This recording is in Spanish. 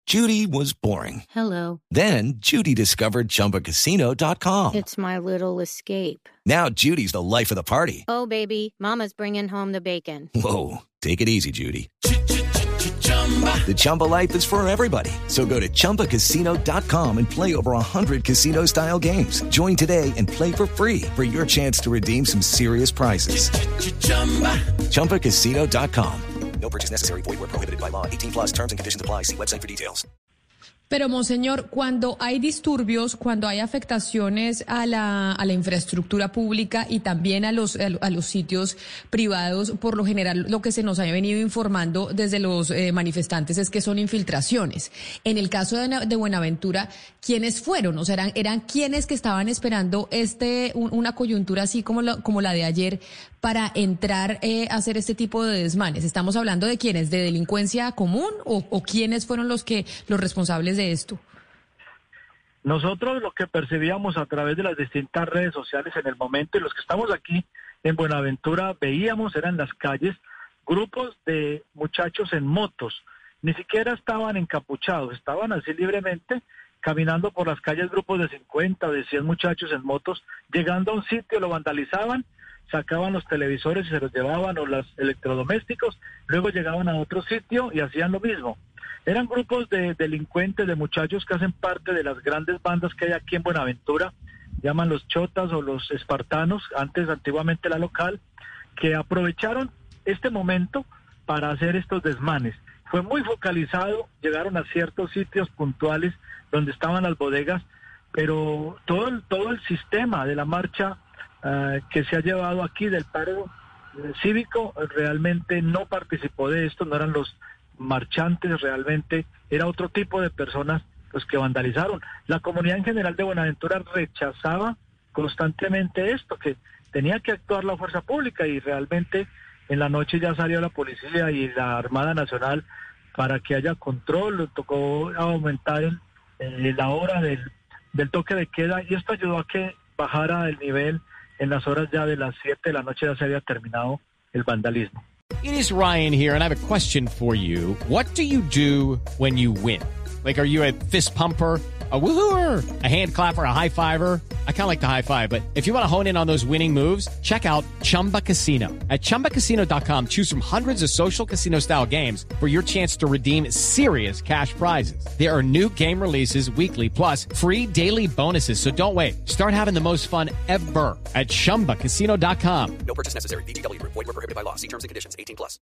Judy was boring. Hello. Then Judy discovered ChumbaCasino.com. It's my little escape. Now Judy's the life of the party. Oh, baby, mama's bringing home the bacon. Whoa, take it easy, Judy. The Chumba life is for everybody. So go to ChumbaCasino.com and play over 100 casino-style games. Join today and play for free for your chance to redeem some serious prizes. ChumbaCasino.com. No purchase necessary. Void where prohibited by law. 18 plus terms and conditions apply. See website for details. Pero, monseñor, cuando hay disturbios, cuando hay afectaciones a la infraestructura pública y también a los sitios privados, por lo general lo que se nos ha venido informando desde los manifestantes es que son infiltraciones. En el caso de Buenaventura, ¿quiénes fueron? O sea, eran quienes que estaban esperando una coyuntura así como la de ayer para entrar a hacer este tipo de desmanes. ¿Estamos hablando de quiénes? ¿De delincuencia común o quiénes fueron los responsables de esto? Nosotros lo que percibíamos a través de las distintas redes sociales en el momento, y los que estamos aquí en Buenaventura veíamos, eran las calles, grupos de muchachos en motos, ni siquiera estaban encapuchados, estaban así libremente caminando por las calles, grupos de 50, de 100 muchachos en motos, llegando a un sitio, lo vandalizaban, sacaban los televisores y se los llevaban, o los electrodomésticos, luego llegaban a otro sitio y hacían lo mismo. Eran grupos de delincuentes, de muchachos que hacen parte de las grandes bandas que hay aquí en Buenaventura, llaman los chotas o los espartanos, antiguamente la local, que aprovecharon este momento para hacer estos desmanes. Fue muy focalizado, llegaron a ciertos sitios puntuales donde estaban las bodegas, pero todo el sistema de la marcha que se ha llevado aquí del paro cívico realmente no participó de esto, no eran los marchantes, realmente era otro tipo de personas los que vandalizaron. La comunidad en general de Buenaventura rechazaba constantemente esto, que tenía que actuar la fuerza pública, y realmente en la noche ya salió la policía y la Armada Nacional para que haya control. Tocó aumentar la hora del toque de queda, y esto ayudó a que bajara el nivel. En las horas ya de las 7 de la noche ya se había terminado el vandalismo. It is Ryan here, and I have a question for you. What do you do when you win? Like, are you a fist pumper, a woo-hooer, a hand clapper, a high fiver? I kind of like the high five, but if you want to hone in on those winning moves, check out Chumba Casino. At ChumbaCasino.com, choose from hundreds of social casino-style games for your chance to redeem serious cash prizes. There are new game releases weekly, plus free daily bonuses, so don't wait. Start having the most fun ever at ChumbaCasino.com. No purchase necessary. VGW Group. Void where prohibited by law. See terms and conditions. 18 plus.